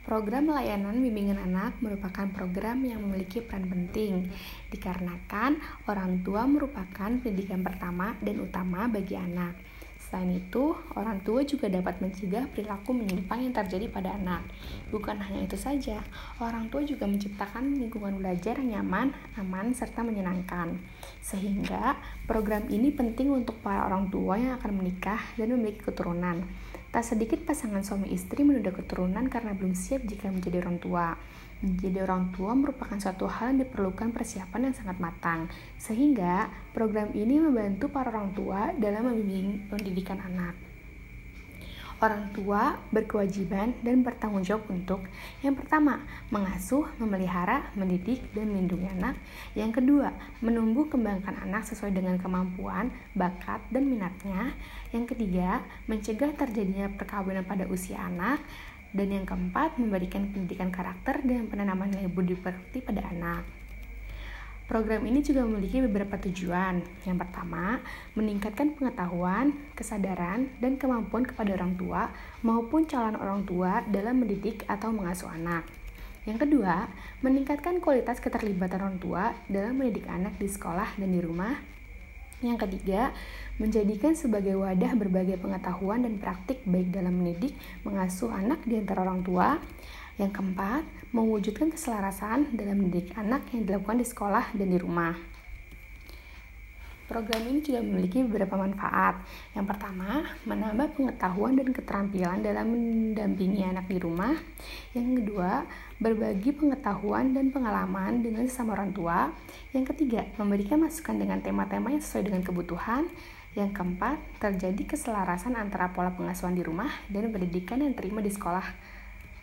Program layanan bimbingan anak merupakan program yang memiliki peran penting, dikarenakan orang tua merupakan pendidikan pertama dan utama bagi anak. Selain itu, orang tua juga dapat mencegah perilaku menyimpang yang terjadi pada anak. Bukan hanya itu saja, orang tua juga menciptakan lingkungan belajar yang nyaman, aman, serta menyenangkan. Sehingga, program ini penting untuk para orang tua yang akan menikah dan memiliki keturunan. Tak sedikit pasangan suami istri menunda keturunan karena belum siap jika menjadi orang tua. Menjadi orang tua merupakan suatu hal yang diperlukan persiapan yang sangat matang, sehingga program ini membantu para orang tua dalam membimbing pendidikan anak. Orang tua berkewajiban dan bertanggung jawab untuk yang pertama, mengasuh, memelihara, mendidik, dan melindungi anak. Yang kedua, menumbuh kembangkan anak sesuai dengan kemampuan, bakat, dan minatnya. Yang ketiga, mencegah terjadinya perkawinan pada usia anak. Dan yang keempat, memberikan pendidikan karakter dan penanaman nilai budi pekerti pada anak. Program ini juga memiliki beberapa tujuan. Yang pertama, meningkatkan pengetahuan, kesadaran, dan kemampuan kepada orang tua maupun calon orang tua dalam mendidik atau mengasuh anak. Yang kedua, meningkatkan kualitas keterlibatan orang tua dalam mendidik anak di sekolah dan di rumah. Yang ketiga, menjadikan sebagai wadah berbagai pengetahuan dan praktik baik dalam mendidik, mengasuh anak di antara orang tua. Yang keempat, mewujudkan keselarasan dalam mendidik anak yang dilakukan di sekolah dan di rumah. Program ini juga memiliki beberapa manfaat. Yang pertama, menambah pengetahuan dan keterampilan dalam mendampingi anak di rumah. Yang kedua, berbagi pengetahuan dan pengalaman dengan sesama orang tua. Yang ketiga, memberikan masukan dengan tema-tema yang sesuai dengan kebutuhan. Yang keempat, terjadi keselarasan antara pola pengasuhan di rumah dan pendidikan yang diterima di sekolah.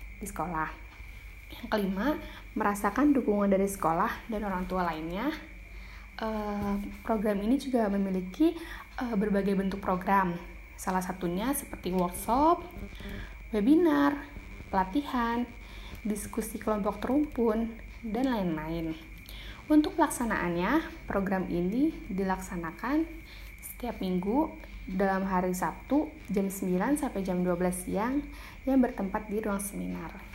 Yang kelima, merasakan dukungan dari sekolah dan orang tua lainnya. Program ini juga memiliki berbagai bentuk program. Salah satunya seperti workshop, webinar, pelatihan, diskusi kelompok terumpun, dan lain-lain. Untuk pelaksanaannya, program ini dilaksanakan setiap minggu dalam hari Sabtu jam 9 sampai jam 12 siang yang bertempat di ruang seminar.